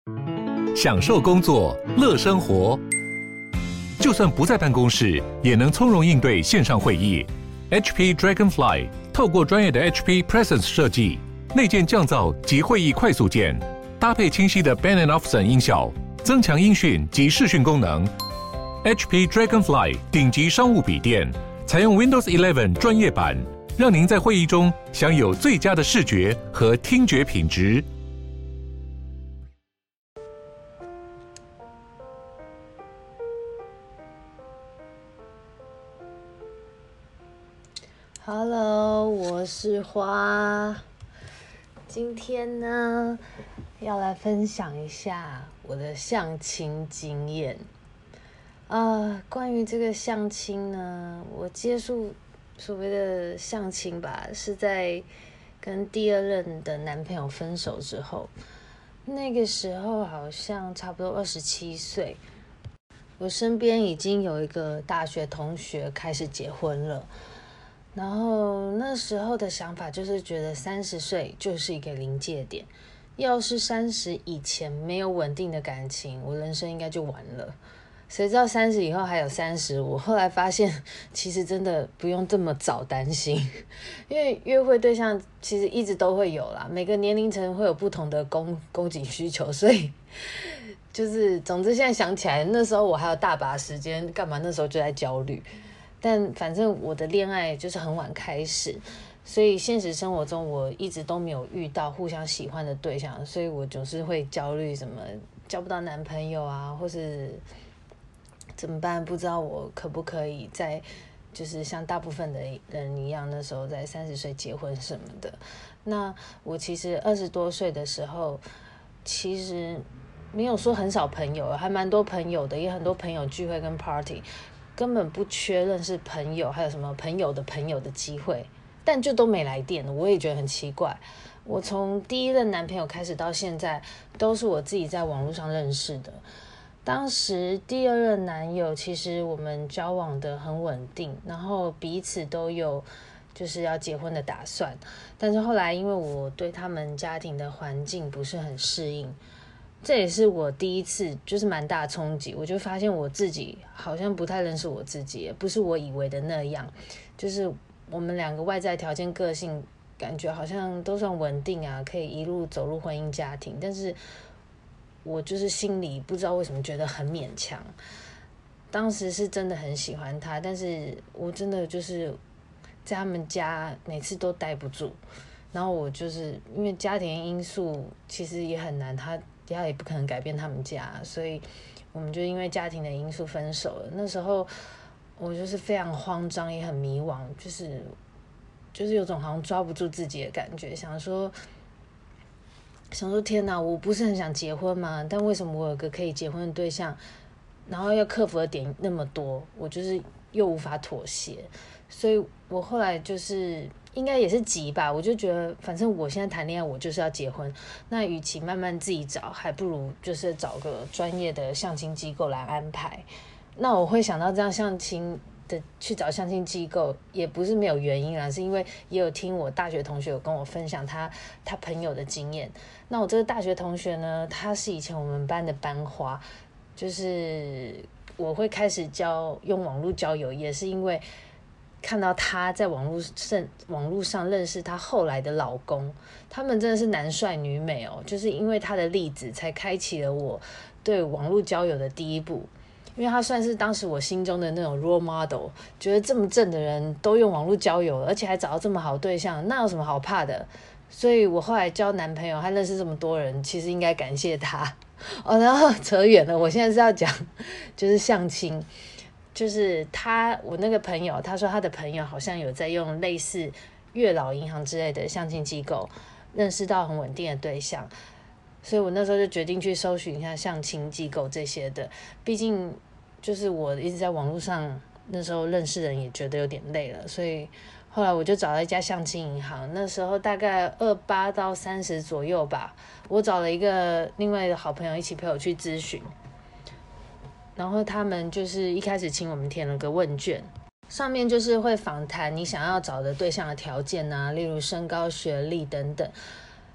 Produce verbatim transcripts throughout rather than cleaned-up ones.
享受工作，乐生活。就算不在办公室，也能从容应对线上会议。H P Dragonfly 透过专业的 H P Presence 设计，内建降噪及会议快速键，搭配清晰的 Bang and Olufsen 音效，增强音讯及视讯功能。H P Dragonfly 顶级商务笔电，采用 Windows 十一专业版，让您在会议中享有最佳的视觉和听觉品质。 Hello， 我是花。今天呢，要来分享一下我的相亲经验。啊，关于这个相亲呢，我接触所谓的相亲吧，是在跟第二任的男朋友分手之后。那个时候好像差不多二十七岁，我身边已经有一个大学同学开始结婚了。然后那时候的想法就是觉得三十岁就是一个临界点，要是三十以前没有稳定的感情，我人生应该就完了。谁知道三十以后还有三十五，后来发现其实真的不用这么早担心，因为约会对象其实一直都会有啦，每个年龄层会有不同的供供给需求，所以就是总之现在想起来，那时候我还有大把时间，干嘛那时候就在焦虑。但反正我的恋爱就是很晚开始，所以现实生活中我一直都没有遇到互相喜欢的对象，所以我总是会焦虑什么交不到男朋友啊，或是怎么办，不知道我可不可以在就是像大部分的人一样，那时候在三十岁结婚什么的。那我其实二十多岁的时候，其实没有说很少朋友，还蛮多朋友的，也很多朋友聚会跟 party。根本不缺认识朋友，还有什么朋友的朋友的机会，但就都没来电，我也觉得很奇怪。我从第一任男朋友开始到现在，都是我自己在网络上认识的。当时第二任男友其实我们交往的很稳定，然后彼此都有就是要结婚的打算，但是后来因为我对他们家庭的环境不是很适应。这也是我第一次就是蛮大冲击，我就发现我自己好像不太认识我自己，不是我以为的那样。就是我们两个外在条件、个性，感觉好像都算稳定啊，可以一路走入婚姻家庭。但是我就是心里不知道为什么觉得很勉强。当时是真的很喜欢他，但是我真的就是在他们家每次都待不住。然后我就是因为家庭因素，其实也很难，他。他也不可能改变他们家，所以我们就因为家庭的因素分手了。那时候我就是非常慌张，也很迷惘，就是就是有种好像抓不住自己的感觉，想说想说天哪，我不是很想结婚吗？但为什么我有个可以结婚的对象，然后要克服的点那么多，我就是又无法妥协，所以我后来就是应该也是急吧，我就觉得反正我现在谈恋爱，我就是要结婚，那与其慢慢自己找，还不如就是找个专业的相亲机构来安排。那我会想到这样相亲的去找相亲机构，也不是没有原因啦，是因为也有听我大学同学有跟我分享他他朋友的经验。那我这个大学同学呢，他是以前我们班的班花，就是我会开始交用网络交友，也是因为看到她在网络上网络上认识她后来的老公，他们真的是男帅女美哦，就是因为她的例子才开启了我对网络交友的第一步，因为她算是当时我心中的那种 role model， 觉得这么正的人都用网络交友，而且还找到这么好对象，那有什么好怕的？所以我后来交男朋友，还认识这么多人，其实应该感谢他哦。然后扯远了，我现在是要讲就是相亲。就是他，我那个朋友，他说他的朋友好像有在用类似月老银行之类的相亲机构，认识到很稳定的对象，所以我那时候就决定去搜寻一下相亲机构这些的。毕竟就是我一直在网络上，那时候认识人也觉得有点累了，所以后来我就找了一家相亲银行，那时候大概二八到三十左右吧。我找了一个另外的好朋友一起陪我去咨询。然后他们就是一开始请我们填了个问卷，上面就是会访谈你想要找的对象的条件啊，例如身高、学历等等。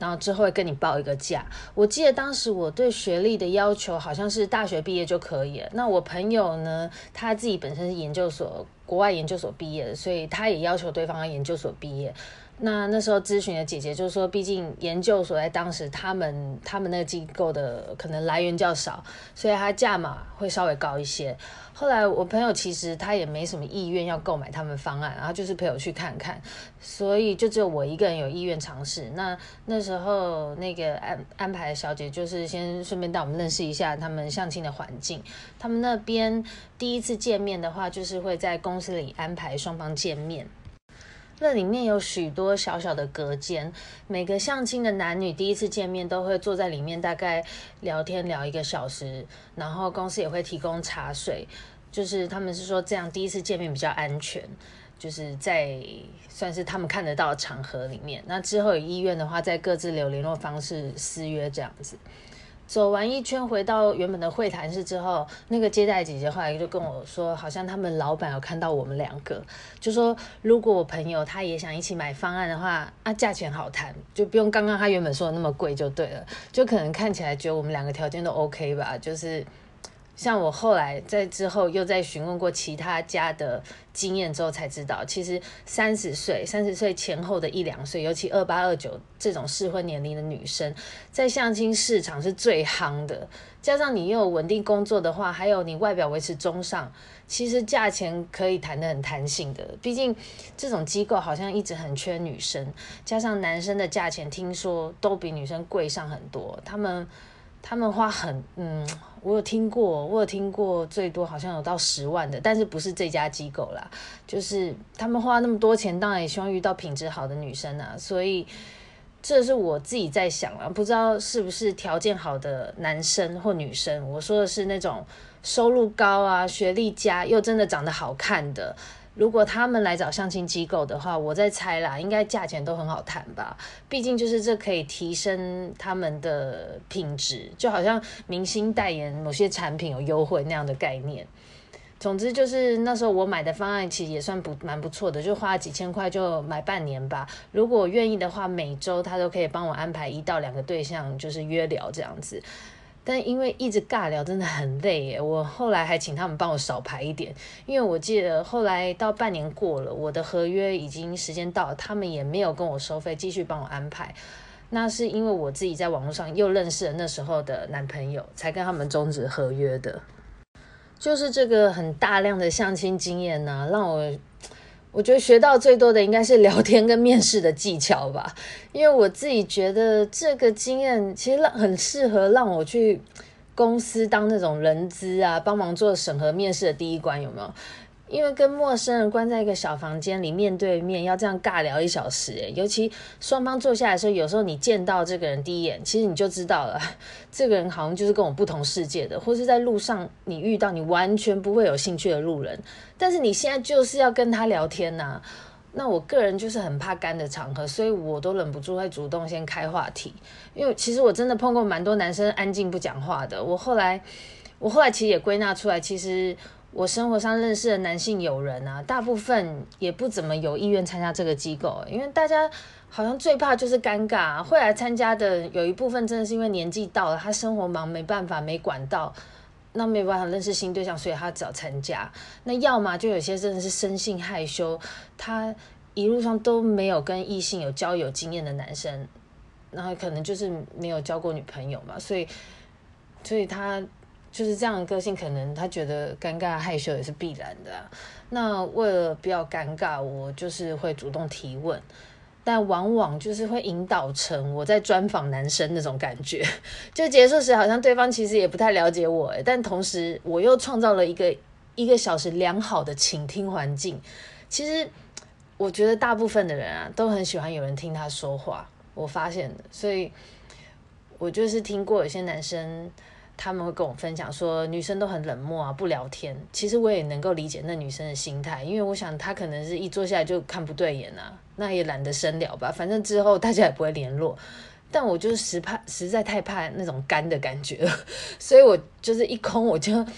然后之后会跟你报一个价。我记得当时我对学历的要求好像是大学毕业就可以了。那我朋友呢，他自己本身是研究所国外研究所毕业的，所以他也要求对方要研究所毕业。那那时候咨询的姐姐就说，毕竟研究所在当时他们他们那个机构的可能来源较少，所以它价码会稍微高一些。后来我朋友其实他也没什么意愿要购买他们方案，然后就是陪我去看看，所以就只有我一个人有意愿尝试。那那时候那个安安排的小姐就是先顺便带我们认识一下他们相亲的环境。他们那边第一次见面的话，就是会在公司里安排双方见面。那里面有许多小小的隔间，每个相亲的男女第一次见面都会坐在里面，大概聊天聊一个小时，然后公司也会提供茶水，就是他们是说这样第一次见面比较安全，就是在算是他们看得到的场合里面。那之后有意愿的话，再各自留联络方式私约这样子。走完一圈回到原本的会谈室之后，那个接待姐姐后来就跟我说，好像他们老板有看到我们两个，就说如果我朋友他也想一起买方案的话，啊价钱好谈，就不用刚刚他原本说的那么贵就对了，就可能看起来觉得我们两个条件都 OK 吧，就是像我后来在之后又在询问过其他家的经验之后才知道，其实三十岁、三十岁前后的一两岁，尤其二八、二九这种适婚年龄的女生，在相亲市场是最夯的。加上你又有稳定工作的话，还有你外表维持中上，其实价钱可以谈得很弹性的。毕竟这种机构好像一直很缺女生，加上男生的价钱听说都比女生贵上很多，他们。他们花很嗯，我有听过，我有听过最多好像有到十万的，但是不是这家机构啦，就是他们花那么多钱，当然也希望遇到品质好的女生啊，所以这是我自己在想啦，不知道是不是条件好的男生或女生，我说的是那种收入高啊、学历佳又真的长得好看的。如果他们来找相亲机构的话，我在猜啦，应该价钱都很好谈吧。毕竟就是这可以提升他们的品质，就好像明星代言某些产品有优惠那样的概念。总之就是那时候我买的方案其实也算不蛮不错的，就花了几千块就买半年吧。如果我愿意的话，每周他都可以帮我安排一到两个对象，就是约聊这样子。但因为一直尬聊真的很累耶，我后来还请他们帮我少排一点，因为我记得后来到半年过了，我的合约已经时间到了，他们也没有跟我收费，继续帮我安排。那是因为我自己在网络上又认识了那时候的男朋友，才跟他们终止合约的。就是这个很大量的相亲经验呢、啊，让我我觉得学到最多的应该是聊天跟面试的技巧吧，因为我自己觉得这个经验其实很适合让我去公司当那种人资啊，帮忙做审核面试的第一关，有没有？因为跟陌生人关在一个小房间里面对面，要这样尬聊一小时，诶，尤其双方坐下来的时候，有时候你见到这个人第一眼，其实你就知道了，这个人好像就是跟我不同世界的，或是在路上你遇到你完全不会有兴趣的路人，但是你现在就是要跟他聊天啊。那我个人就是很怕干的场合，所以我都忍不住会主动先开话题，因为其实我真的碰过蛮多男生安静不讲话的。我后来，我后来其实也归纳出来，其实我生活上认识的男性友人啊，大部分也不怎么有意愿参加这个机构，因为大家好像最怕就是尴尬啊。会来参加的有一部分真的是因为年纪到了，他生活忙没办法没管到。那没办法认识新对象，所以他只好参加。那要么就有些真的是生性害羞，他一路上都没有跟异性有交友经验的男生，然后可能就是没有交过女朋友嘛，所以所以他就是这样的个性，可能他觉得尴尬害羞也是必然的啊。那为了不要尴尬，我就是会主动提问。但往往就是会引导成我在专访男生那种感觉，就结束时好像对方其实也不太了解我，但同时我又创造了一个一个小时良好的倾听环境。其实我觉得大部分的人啊都很喜欢有人听他说话，我发现的，所以我就是听过有些男生他们会跟我分享说女生都很冷漠啊，不聊天。其实我也能够理解那女生的心态，因为我想她可能是一坐下来就看不对眼啊，那也懒得深聊吧，反正之后大家也不会联络。但我就是实怕实在太怕那种干的感觉了，所以我就是一空我就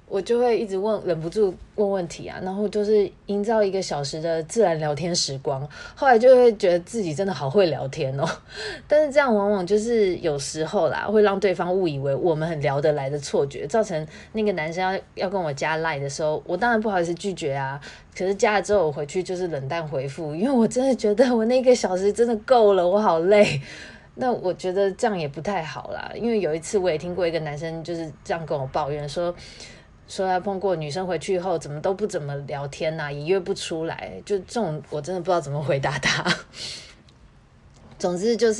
我就会一直问，忍不住问问题啊，然后就是营造一个小时的自然聊天时光。后来就会觉得自己真的好会聊天哦，但是这样往往就是有时候啦，会让对方误以为我们很聊得来的错觉，造成那个男生要要跟我加 line 的时候，我当然不好意思拒绝啊。可是加了之后，我回去就是冷淡回复，因为我真的觉得我那个小时真的够了，我好累。那我觉得这样也不太好啦，因为有一次我也听过一个男生就是这样跟我抱怨说。说他碰过女生回去以后怎么都不怎么聊天啊，也约不出来，就这种我真的不知道怎么回答他。总之就是，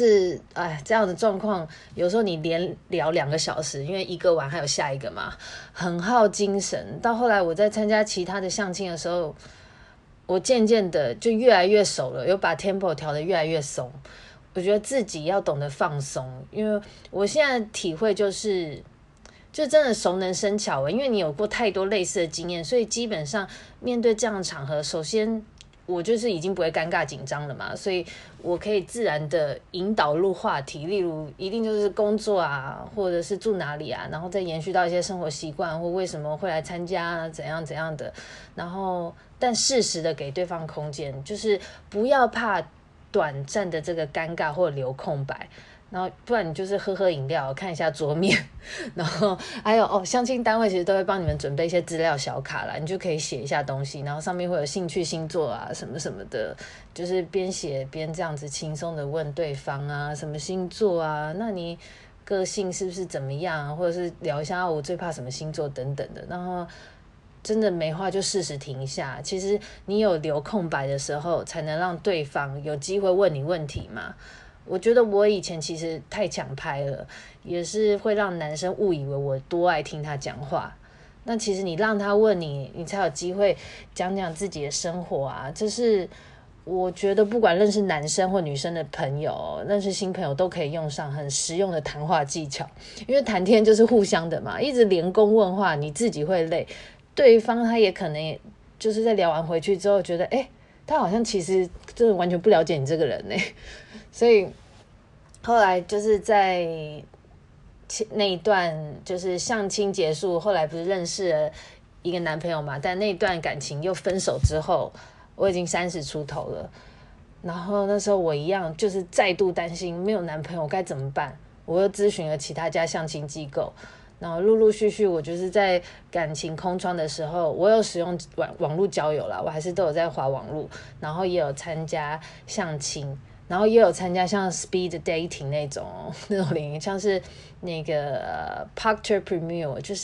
哎，这样的状况，有时候你连聊两个小时，因为一个完还有下一个嘛，很耗精神。到后来我在参加其他的相亲的时候，我渐渐的就越来越熟了，有把 tempo 调得越来越松。我觉得自己要懂得放松，因为我现在体会就是。就真的熟能生巧欸，因为你有过太多类似的经验，所以基本上面对这样的场合，首先我就是已经不会尴尬紧张了嘛，所以我可以自然的引导入话题，例如一定就是工作啊，或者是住哪里啊，然后再延续到一些生活习惯或为什么会来参加啊，怎样怎样的，然后但适时的给对方空间，就是不要怕短暂的这个尴尬或者留空白。然后不然你就是喝喝饮料，看一下桌面，然后还有哦，相亲单位其实都会帮你们准备一些资料小卡啦，你就可以写一下东西，然后上面会有兴趣星座啊什么什么的，就是边写边这样子轻松的问对方啊，什么星座啊，那你个性是不是怎么样，或者是聊一下我最怕什么星座等等的，然后真的没话就适时停一下，其实你有留空白的时候，才能让对方有机会问你问题嘛。我觉得我以前其实太抢拍了，也是会让男生误以为我多爱听他讲话。那其实你让他问你，你才有机会讲讲自己的生活啊。这是我觉得不管认识男生或女生的朋友，认识新朋友都可以用上很实用的谈话技巧。因为谈天就是互相的嘛，一直连攻问话，你自己会累，对方他也可能也就是在聊完回去之后觉得，哎、欸，他好像其实真的完全不了解你这个人呢、欸。所以后来就是在那一段就是相亲结束，后来不是认识了一个男朋友嘛，但那段感情又分手之后，我已经三十出头了，然后那时候我一样就是再度担心没有男朋友该怎么办，我又咨询了其他家相亲机构，然后陆陆续续我就是在感情空窗的时候，我有使用网网络交友啦，我还是都有在滑网络，然后也有参加相亲，然后也有参加像 speed dating 那种那种领域，像是那个、呃、Parker Premier， 就是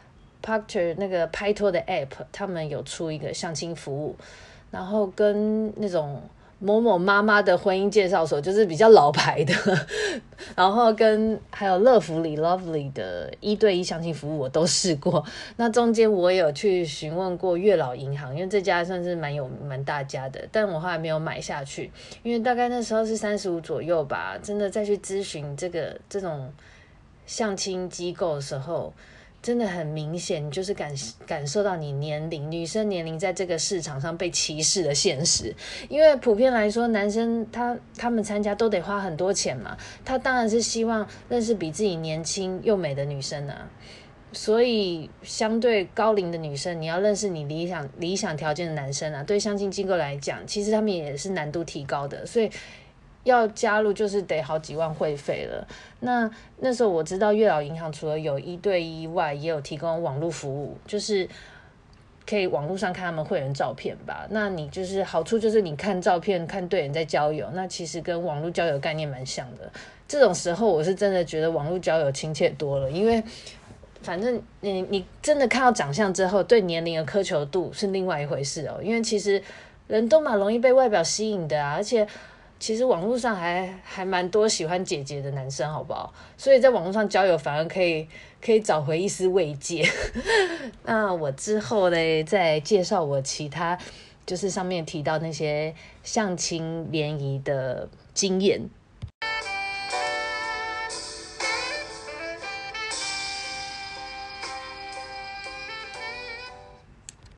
Parker 那个拍拖的 app， 他们有出一个相亲服务，然后跟那种某某妈妈的婚姻介绍所，就是比较老牌的，然后跟还有乐福里 Lovely 的一对一相亲服务我都试过。那中间我也有去询问过月老银行，因为这家算是蛮有蛮大家的，但我后来没有买下去，因为大概那时候是三十五左右吧，真的再去咨询这个这种相亲机构的时候，真的很明显，你就是感感受到你年龄女生年龄在这个市场上被歧视的现实。因为普遍来说，男生他他们参加都得花很多钱嘛，他当然是希望认识比自己年轻又美的女生啊。所以相对高龄的女生，你要认识你理想理想条件的男生啊，对相亲机构来讲，其实他们也是难度提高的，所以要加入就是得好几万会费了。那那时候我知道月老银行除了有一对一外，也有提供网络服务，就是可以网络上看他们会员照片吧。那你就是好处就是你看照片看对人在交友，那其实跟网络交友概念蛮像的。这种时候我是真的觉得网络交友亲切多了，因为反正你你真的看到长相之后，对年龄的苛求度是另外一回事哦。因为其实人都蛮容易被外表吸引的啊，而且其实网络上还还蛮多喜欢姐姐的男生，好不好？所以在网络上交友反而可以可以找回一丝慰藉。那我之后呢，再介绍我其他就是上面提到那些相亲联谊的经验。